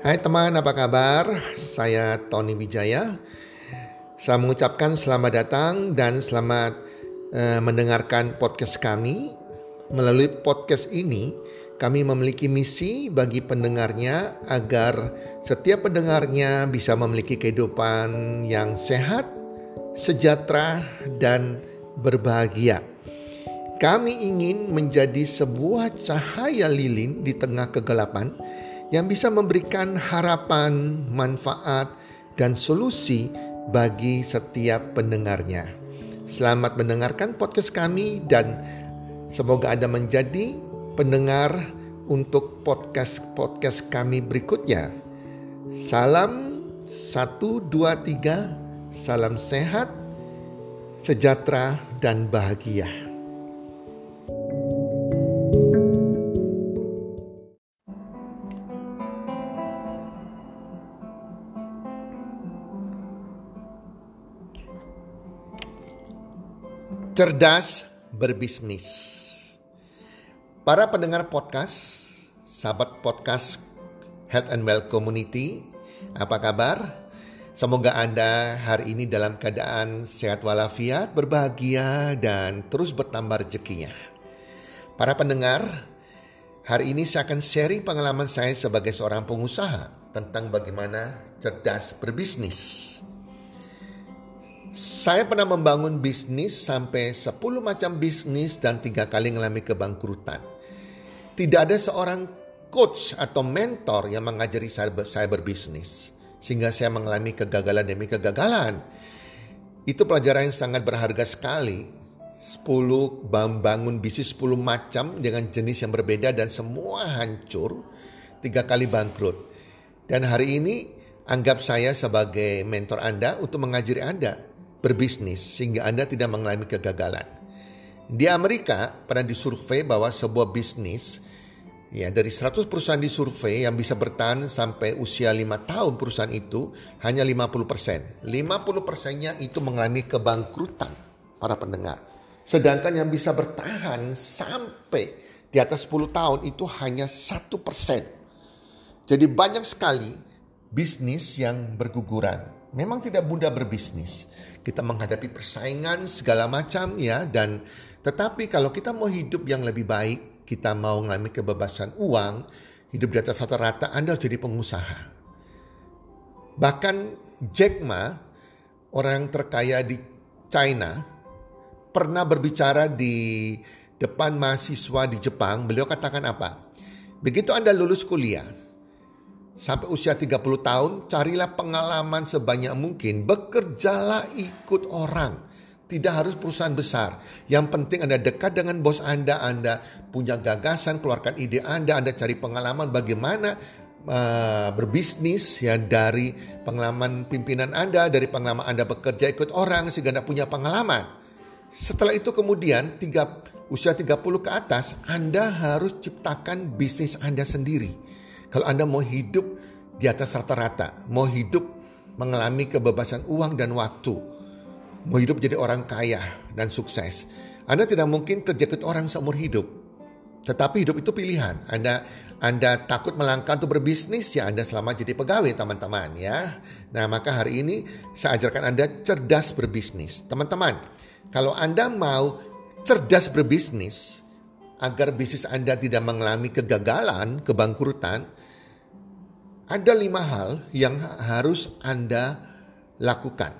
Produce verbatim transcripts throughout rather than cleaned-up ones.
Hai teman, apa kabar? Saya Tony Wijaya. Saya mengucapkan selamat datang dan selamat uh, mendengarkan podcast kami. Melalui podcast ini, kami memiliki misi bagi pendengarnya agar setiap pendengarnya bisa memiliki kehidupan yang sehat, sejahtera, dan berbahagia. Kami ingin menjadi sebuah cahaya lilin di tengah kegelapan yang bisa memberikan harapan, manfaat, dan solusi bagi setiap pendengarnya. Selamat mendengarkan podcast kami dan semoga Anda menjadi pendengar untuk podcast-podcast kami berikutnya. Salam satu, dua, tiga, salam sehat, sejahtera, dan bahagia. Cerdas berbisnis. Para pendengar podcast, sahabat podcast Health and Well Community, apa kabar? Semoga Anda hari ini dalam keadaan sehat walafiat, berbahagia, dan terus bertambah rezekinya. Para pendengar, hari ini saya akan sharing pengalaman saya sebagai seorang pengusaha tentang bagaimana cerdas berbisnis. Saya pernah membangun bisnis sampai sepuluh macam bisnis dan tiga kali mengalami kebangkrutan. Tidak ada seorang coach atau mentor yang mengajari saya, saya berbisnis. Sehingga saya mengalami kegagalan demi kegagalan. Itu pelajaran yang sangat berharga sekali. sepuluh bangun bisnis sepuluh macam dengan jenis yang berbeda dan semua hancur. Tiga kali bangkrut. Dan hari ini anggap saya sebagai mentor Anda untuk mengajari Anda berbisnis sehingga Anda tidak mengalami kegagalan. Di Amerika pernah disurvei bahwa sebuah bisnis, ya dari seratus perusahaan disurvei yang bisa bertahan sampai usia lima tahun perusahaan itu hanya lima puluh persen. lima puluh persennya itu mengalami kebangkrutan, para pendengar. Sedangkan yang bisa bertahan sampai di atas sepuluh tahun itu hanya satu persen. Jadi banyak sekali bisnis yang berguguran. Memang tidak mudah berbisnis. Kita menghadapi persaingan segala macam ya, dan tetapi kalau kita mau hidup yang lebih baik, kita mau mengalami kebebasan uang, hidup di atas rata-rata, Anda harus jadi pengusaha. Bahkan Jack Ma, orang terkaya di China, pernah berbicara di depan mahasiswa di Jepang. Beliau katakan apa? Begitu Anda lulus kuliah, sampai usia tiga puluh tahun, carilah pengalaman sebanyak mungkin. Bekerjalah ikut orang. Tidak harus perusahaan besar. Yang penting Anda dekat dengan bos Anda. Anda punya gagasan, keluarkan ide Anda. Anda cari pengalaman bagaimana uh, berbisnis ya, dari pengalaman pimpinan Anda, dari pengalaman Anda bekerja ikut orang sehingga Anda punya pengalaman. Setelah itu kemudian tiga, usia tiga puluh ke atas, Anda harus ciptakan bisnis Anda sendiri. Kalau Anda mau hidup di atas rata-rata, mau hidup mengalami kebebasan uang dan waktu, mau hidup jadi orang kaya dan sukses, Anda tidak mungkin kerja ikut orang seumur hidup. Tetapi hidup itu pilihan. Anda Anda takut melangkah untuk berbisnis, ya Anda selamat jadi pegawai teman-teman ya. Nah maka hari ini saya ajarkan Anda cerdas berbisnis. Teman-teman, kalau Anda mau cerdas berbisnis, agar bisnis Anda tidak mengalami kegagalan, kebangkrutan, ada lima hal yang harus Anda lakukan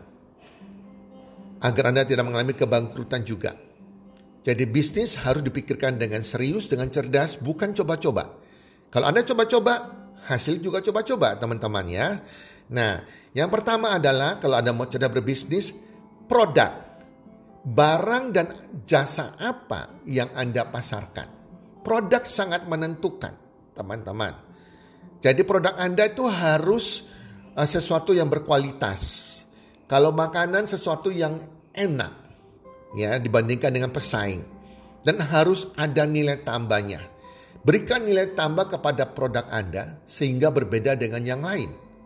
agar Anda tidak mengalami kebangkrutan juga. Jadi bisnis harus dipikirkan dengan serius, dengan cerdas, bukan coba-coba. Kalau Anda coba-coba, hasil juga coba-coba teman-teman ya. Nah, yang pertama adalah kalau Anda mau cerdas berbisnis, produk. Barang dan jasa apa yang Anda pasarkan. Produk sangat menentukan teman-teman. Jadi produk Anda itu harus uh, sesuatu yang berkualitas. Kalau makanan sesuatu yang enak ya dibandingkan dengan pesaing. Dan harus ada nilai tambahnya. Berikan nilai tambah kepada produk Anda sehingga berbeda dengan yang lain.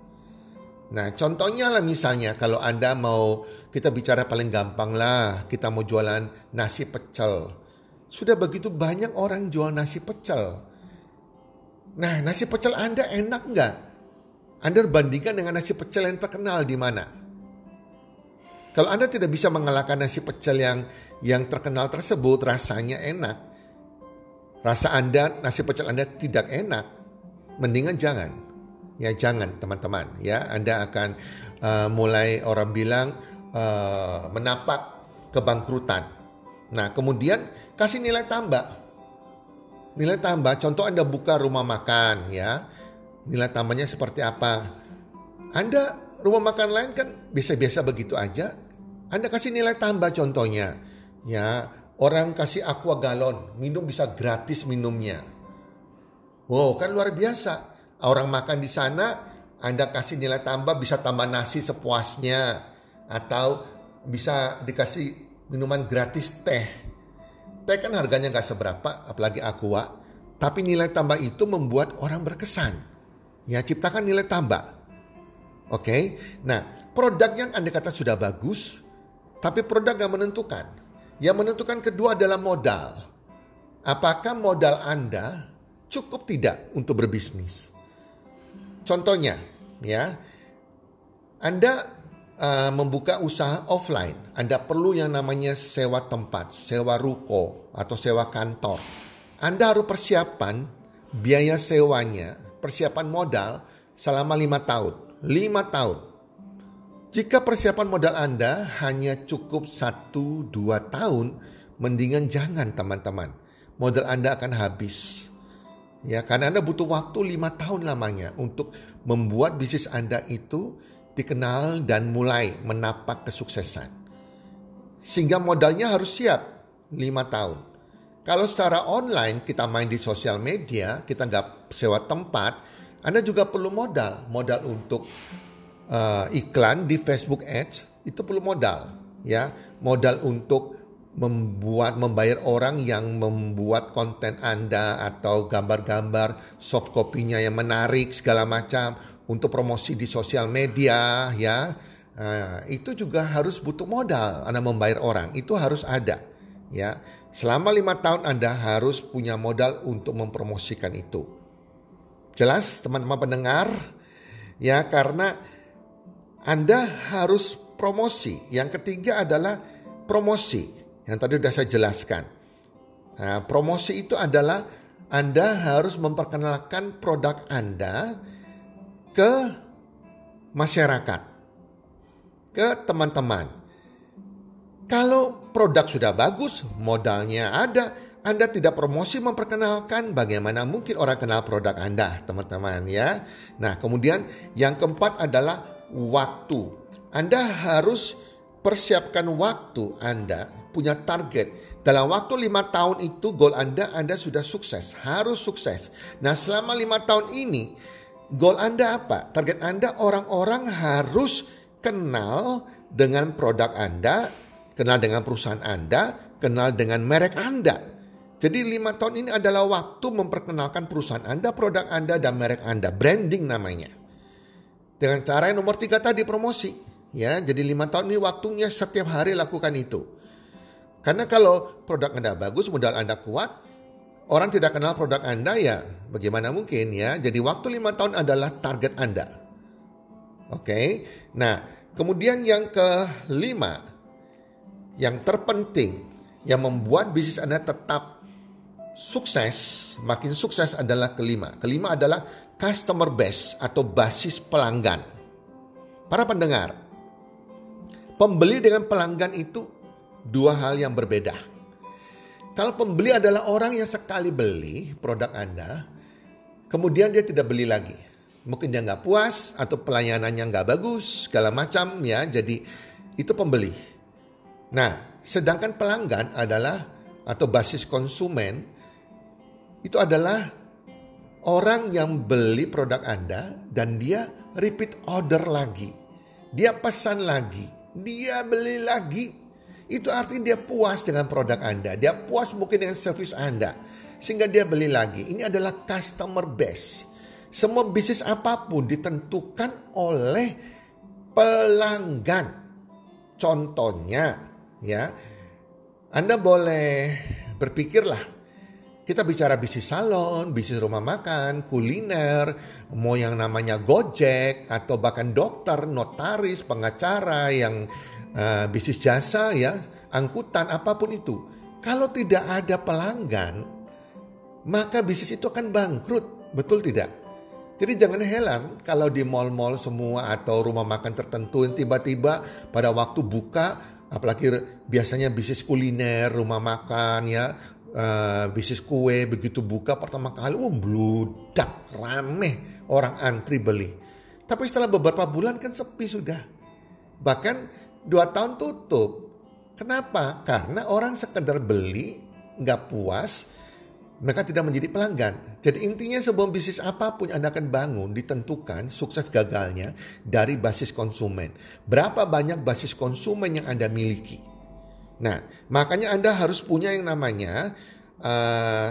Nah contohnya lah misalnya kalau Anda mau, kita bicara paling gampang lah, kita mau jualan nasi pecel. Sudah begitu banyak orang jual nasi pecel. Nah, nasi pecel Anda enak nggak? Anda bandingkan dengan nasi pecel yang terkenal di mana? Kalau Anda tidak bisa mengalahkan nasi pecel yang yang terkenal tersebut, rasanya enak, rasa Anda, nasi pecel Anda tidak enak, mendingan jangan. Ya jangan teman-teman. Ya Anda akan uh, mulai orang bilang uh, menapak kebangkrutan. Nah kemudian kasih nilai tambah. Nilai tambah, contoh Anda buka rumah makan ya. Nilai tambahnya seperti apa? Anda rumah makan lain kan biasa-biasa begitu aja. Anda kasih nilai tambah contohnya. Ya, orang kasih aqua galon, minum bisa gratis minumnya. Wow, kan luar biasa. Orang makan di sana, Anda kasih nilai tambah bisa tambah nasi sepuasnya. Atau bisa dikasih minuman gratis teh. Teh kan harganya gak seberapa, apalagi aqua. Tapi nilai tambah itu membuat orang berkesan. Ya, ciptakan nilai tambah. Oke, okay? Nah produk yang Anda kata sudah bagus, tapi produk gak menentukan. Yang menentukan kedua adalah modal. Apakah modal Anda cukup tidak untuk berbisnis? Contohnya, ya, Anda uh, membuka usaha offline. Anda perlu yang namanya sewa tempat, sewa ruko, atau sewa kantor. Anda harus persiapan biaya sewanya, persiapan modal selama lima tahun. lima tahun. Jika persiapan modal Anda hanya cukup satu dua tahun, mendingan jangan teman-teman. Modal Anda akan habis. Ya, karena Anda butuh waktu lima tahun lamanya untuk membuat bisnis Anda itu dikenal dan mulai menapak kesuksesan. Sehingga modalnya harus siap lima tahun. Kalau secara online kita main di sosial media, kita nggak sewa tempat, Anda juga perlu modal. Modal untuk uh, iklan di Facebook Ads itu perlu modal, ya. Modal untuk membuat membayar orang yang membuat konten Anda atau gambar-gambar soft copy-nya yang menarik segala macam untuk promosi di sosial media, ya. Uh, itu juga harus butuh modal. Anda membayar orang itu harus ada, ya. Selama lima tahun Anda harus punya modal untuk mempromosikan itu. Jelas teman-teman pendengar? Ya, karena Anda harus promosi. Yang ketiga adalah promosi. Yang tadi sudah saya jelaskan. Nah, promosi itu adalah Anda harus memperkenalkan produk Anda ke masyarakat, ke teman-teman. Kalau produk sudah bagus, modalnya ada, Anda tidak promosi memperkenalkan, bagaimana mungkin orang kenal produk Anda, teman-teman ya. Nah, kemudian yang keempat adalah waktu. Anda harus persiapkan waktu Anda, punya target. Dalam waktu lima tahun itu goal Anda, Anda sudah sukses, harus sukses. Nah, selama lima tahun ini, goal Anda apa? Target Anda orang-orang harus kenal dengan produk Anda, kenal dengan perusahaan Anda, kenal dengan merek Anda. Jadi lima tahun ini adalah waktu memperkenalkan perusahaan Anda, produk Anda, dan merek Anda. Branding namanya. Dengan cara yang nomor tiga tadi, promosi. Ya, jadi lima tahun ini waktunya setiap hari lakukan itu. Karena kalau produk Anda bagus, modal Anda kuat, orang tidak kenal produk Anda, ya bagaimana mungkin ya. Jadi waktu lima tahun adalah target Anda. Oke, nah kemudian yang kelima, yang terpenting, yang membuat bisnis Anda tetap sukses, makin sukses adalah kelima. Kelima adalah customer base atau basis pelanggan. Para pendengar, pembeli dengan pelanggan itu dua hal yang berbeda. Kalau pembeli adalah orang yang sekali beli produk Anda, kemudian dia tidak beli lagi. Mungkin dia nggak puas atau pelayanannya nggak bagus, segala macam ya. Jadi itu pembeli. Nah, sedangkan pelanggan adalah atau basis konsumen itu adalah orang yang beli produk Anda dan dia repeat order lagi. Dia pesan lagi, dia beli lagi. Itu artinya dia puas dengan produk Anda, dia puas mungkin dengan servis Anda, sehingga dia beli lagi. Ini adalah customer base. Semua bisnis apapun ditentukan oleh pelanggan. Contohnya, ya, Anda boleh berpikirlah, Kita bicara bisnis salon, bisnis rumah makan, kuliner, mau yang namanya Gojek, atau bahkan dokter, notaris, pengacara, yang uh, bisnis jasa ya, angkutan, apapun itu. Kalau tidak ada pelanggan, maka bisnis itu akan bangkrut, betul tidak? Jadi jangan heran kalau di mal-mal semua atau rumah makan tertentu yang tiba-tiba pada waktu buka, apalagi biasanya bisnis kuliner, rumah makan ya, Uh, bisnis kue begitu buka pertama kali, oh bludak, rame, orang antri beli. Tapi setelah beberapa bulan kan sepi sudah. Bahkan dua tahun tutup. Kenapa? Karena orang sekedar beli, nggak puas, mereka tidak menjadi pelanggan. Jadi intinya sebuah bisnis apapun yang Anda akan bangun ditentukan sukses gagalnya dari basis konsumen. Berapa banyak basis konsumen yang Anda miliki? Nah, makanya Anda harus punya yang namanya uh,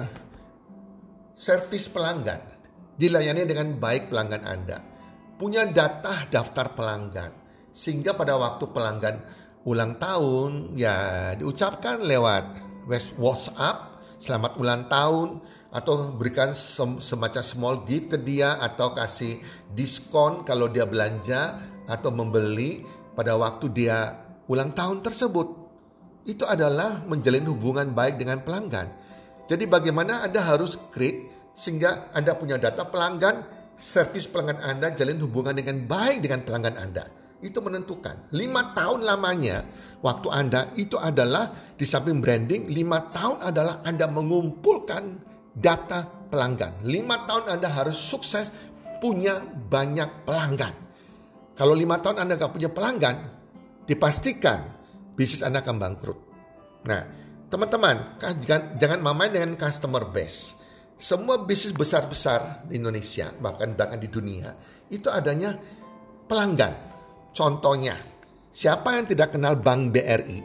servis pelanggan. Dilayani dengan baik pelanggan Anda. Punya data daftar pelanggan. Sehingga pada waktu pelanggan ulang tahun, ya diucapkan lewat WhatsApp, selamat ulang tahun, atau berikan semacam small gift ke dia, atau kasih diskon kalau dia belanja atau membeli pada waktu dia ulang tahun tersebut. Itu adalah menjalin hubungan baik dengan pelanggan. Jadi bagaimana Anda harus create sehingga Anda punya data pelanggan, servis pelanggan Anda, jalin hubungan dengan baik dengan pelanggan Anda. Itu menentukan. Lima tahun lamanya waktu Anda itu adalah di samping branding, lima tahun adalah Anda mengumpulkan data pelanggan. Lima tahun Anda harus sukses punya banyak pelanggan. Kalau lima tahun Anda gak punya pelanggan, dipastikan bisnis Anda akan bangkrut. Nah, teman-teman, jangan, jangan main dengan customer base. Semua bisnis besar-besar di Indonesia, bahkan bahkan di dunia, itu adanya pelanggan. Contohnya, siapa yang tidak kenal Bank B R I?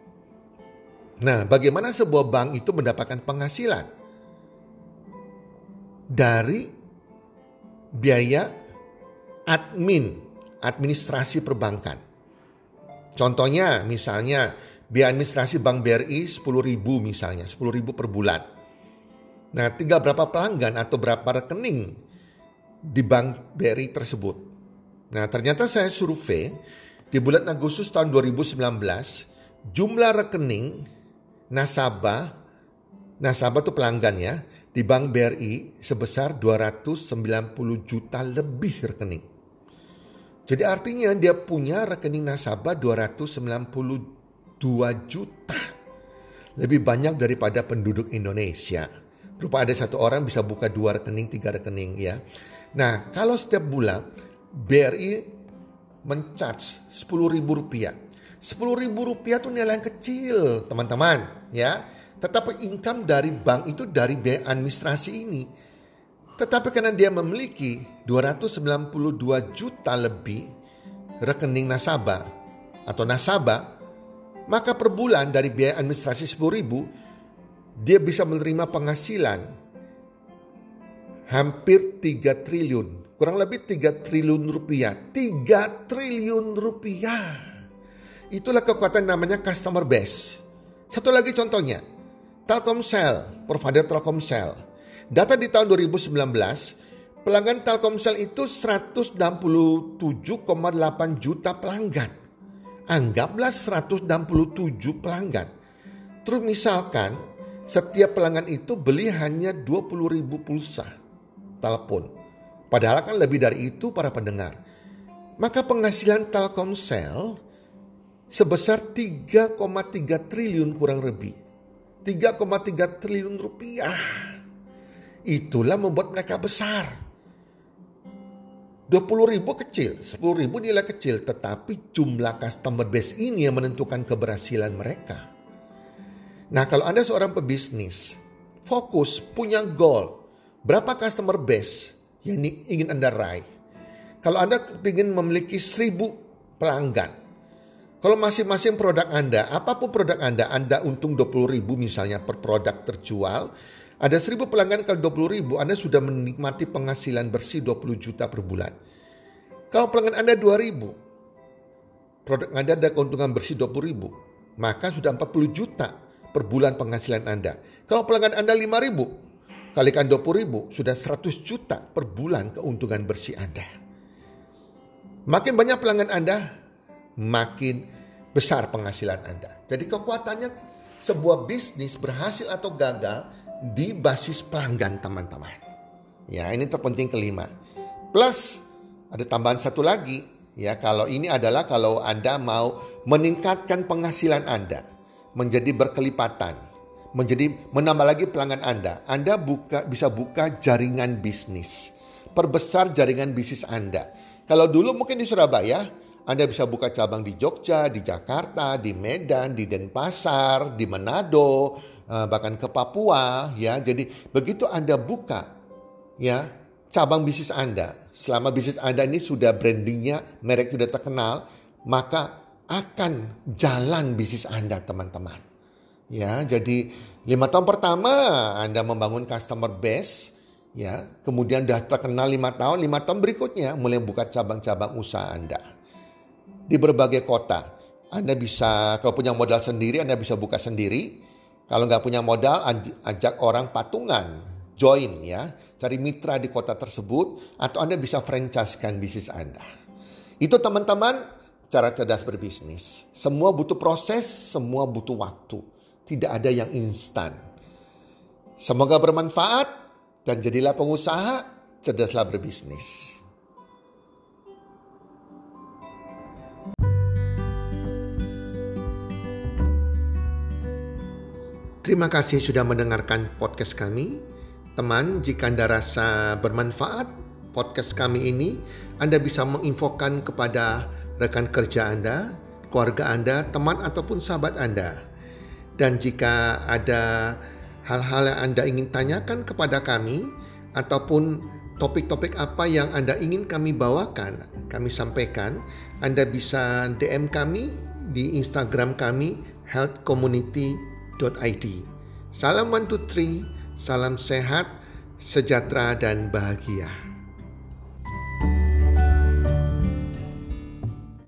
Nah, bagaimana sebuah bank itu mendapatkan penghasilan? Dari biaya admin, administrasi perbankan. Contohnya misalnya biaya administrasi Bank B R I sepuluh ribu misalnya, sepuluh ribu per bulan. Nah, tinggal berapa pelanggan atau berapa rekening di Bank B R I tersebut. Nah, ternyata saya survei di bulan Agustus tahun dua ribu sembilan belas, jumlah rekening nasabah, nasabah itu pelanggan ya, di Bank B R I sebesar dua ratus sembilan puluh juta lebih rekening. Jadi artinya dia punya rekening nasabah dua ratus sembilan puluh dua juta. Lebih banyak daripada penduduk Indonesia. Rupa ada satu orang bisa buka dua rekening, tiga rekening ya. Nah, kalau setiap bulan B R I mencharge sepuluh ribu rupiah. sepuluh ribu rupiah itu nilai yang kecil teman-teman ya. Tetapi income dari bank itu dari biaya administrasi ini. Tetapi karena dia memiliki dua ratus sembilan puluh dua juta lebih rekening nasabah atau nasabah, maka per bulan dari biaya administrasi sepuluh ribu, dia bisa menerima penghasilan hampir tiga triliun. Kurang lebih tiga triliun rupiah. tiga triliun rupiah. Itulah kekuatan namanya customer base. Satu lagi contohnya, Telkomsel, provider Telkomsel. Data di tahun dua ribu sembilan belas, pelanggan Telkomsel itu seratus enam puluh tujuh koma delapan juta pelanggan. Anggaplah seratus enam puluh tujuh pelanggan. Terus misalkan setiap pelanggan itu beli hanya dua puluh ribu pulsa telepon. Padahal kan lebih dari itu para pendengar. Maka penghasilan Telkomsel sebesar tiga koma tiga triliun kurang lebih. tiga koma tiga triliun rupiah. Itulah membuat mereka besar. dua puluh ribu kecil, sepuluh ribu nilai kecil. Tetapi jumlah customer base ini yang menentukan keberhasilan mereka. Nah, kalau Anda seorang pebisnis, fokus, punya goal. Berapa customer base yang ingin Anda raih? Kalau Anda ingin memiliki seribu pelanggan. Kalau masing-masing produk Anda, apapun produk Anda, Anda untung dua puluh ribu misalnya per produk terjual. Ada seribu pelanggan kali dua puluh ribu, Anda sudah menikmati penghasilan bersih dua puluh juta per bulan. Kalau pelanggan Anda dua ribu, produk Anda ada keuntungan bersih dua puluh ribu, maka sudah empat puluh juta per bulan penghasilan Anda. Kalau pelanggan Anda lima ribu, Kalikan dua puluh ribu, sudah seratus juta per bulan keuntungan bersih Anda. Makin banyak pelanggan Anda, makin besar penghasilan Anda. Jadi kekuatannya sebuah bisnis berhasil atau gagal di basis pelanggan, teman-teman. Ya, ini terpenting kelima. Plus ada tambahan satu lagi, ya, kalau ini adalah kalau Anda mau meningkatkan penghasilan Anda menjadi berkelipatan, menjadi menambah lagi pelanggan Anda. Anda buka bisa buka jaringan bisnis. Perbesar jaringan bisnis Anda. Kalau dulu mungkin di Surabaya, Anda bisa buka cabang di Jogja, di Jakarta, di Medan, di Denpasar, di Manado, bahkan ke Papua, ya. Jadi begitu Anda buka, ya, cabang bisnis Anda, selama bisnis Anda ini sudah brandingnya, merek sudah terkenal, maka akan jalan bisnis Anda, teman-teman. Ya, jadi lima tahun pertama Anda membangun customer base, ya, kemudian sudah terkenal lima tahun, lima tahun berikutnya mulai buka cabang-cabang usaha Anda di berbagai kota. Anda bisa, kalau punya modal sendiri, Anda bisa buka sendiri. Kalau nggak punya modal, ajak orang patungan, join, ya, cari mitra di kota tersebut, atau Anda bisa franchise-kan bisnis Anda. Itu, teman-teman, cara cerdas berbisnis. Semua butuh proses, semua butuh waktu. Tidak ada yang instan. Semoga bermanfaat dan jadilah pengusaha, cerdaslah berbisnis. Terima kasih sudah mendengarkan podcast kami. Teman, jika Anda rasa bermanfaat podcast kami ini, Anda bisa menginfokan kepada rekan kerja Anda, keluarga Anda, teman ataupun sahabat Anda. Dan jika ada hal-hal yang Anda ingin tanyakan kepada kami, ataupun topik-topik apa yang Anda ingin kami bawakan, kami sampaikan, Anda bisa D M kami di Instagram kami health community dot i d. Salam one two three, salam sehat, sejahtera dan bahagia.